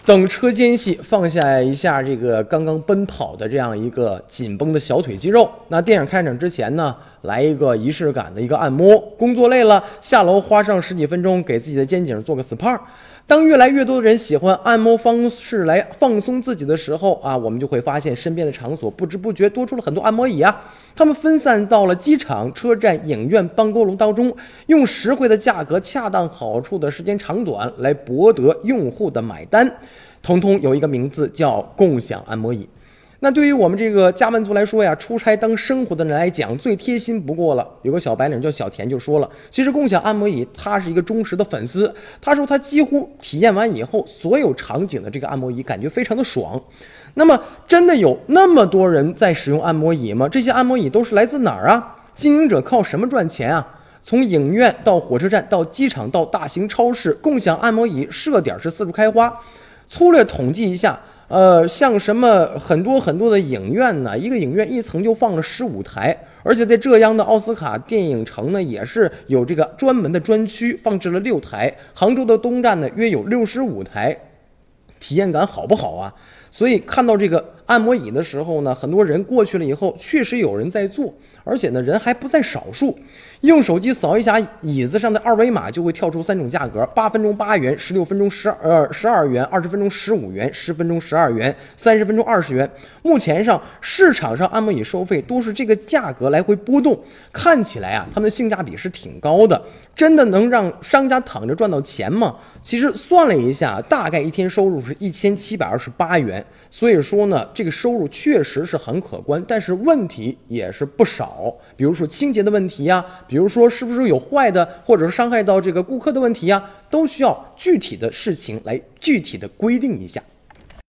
等车间隙放下一下这个刚刚奔跑的这样一个紧绷的小腿肌肉。那电影开场之前呢，来一个仪式感的一个按摩。工作累了，下楼花上10几分钟给自己的肩颈做个 SPA。当越来越多的人喜欢按摩方式来放松自己的时候啊，我们就会发现身边的场所不知不觉多出了很多按摩椅啊。他们分散到了机场、车站、影院、办公楼当中，用实惠的价格、恰当好处的时间长短来博得用户的买单。统统有一个名字叫共享按摩椅。那对于我们这个加班族来说呀，出差当生活的人来讲，最贴心不过了。有个小白领叫小田就说了，其实共享按摩椅他是一个忠实的粉丝。他说他几乎体验完以后，所有场景的这个按摩椅感觉非常的爽。那么真的有那么多人在使用按摩椅吗？这些按摩椅都是来自哪儿啊？经营者靠什么赚钱啊？从影院到火车站到机场到大型超市，共享按摩椅设点是四处开花。粗略统计一下，像什么很多的影院呢，一个影院一层就放了15台，而且在浙江的奥斯卡电影城呢，也是有这个专门的专区，放置了6台。杭州的东站呢，约有65台，体验感好不好啊？所以看到这个按摩椅的时候呢，很多人过去了以后，确实有人在做，而且呢人还不在少数。用手机扫一下椅子上的二维码，就会跳出3种价格：8分钟8元，16分钟12元，20分钟15元，10分钟12元，30分钟20元。目前上市场上按摩椅收费都是这个价格来回波动，看起来啊，他们的性价比是挺高的。真的能让商家躺着赚到钱吗？其实算了一下，大概一天收入是1728元。所以说呢，这个收入确实是很可观，但是问题也是不少，比如说清洁的问题呀，比如说是不是有坏的，或者是伤害到这个顾客的问题呀，都需要具体的事情来具体的规定一下。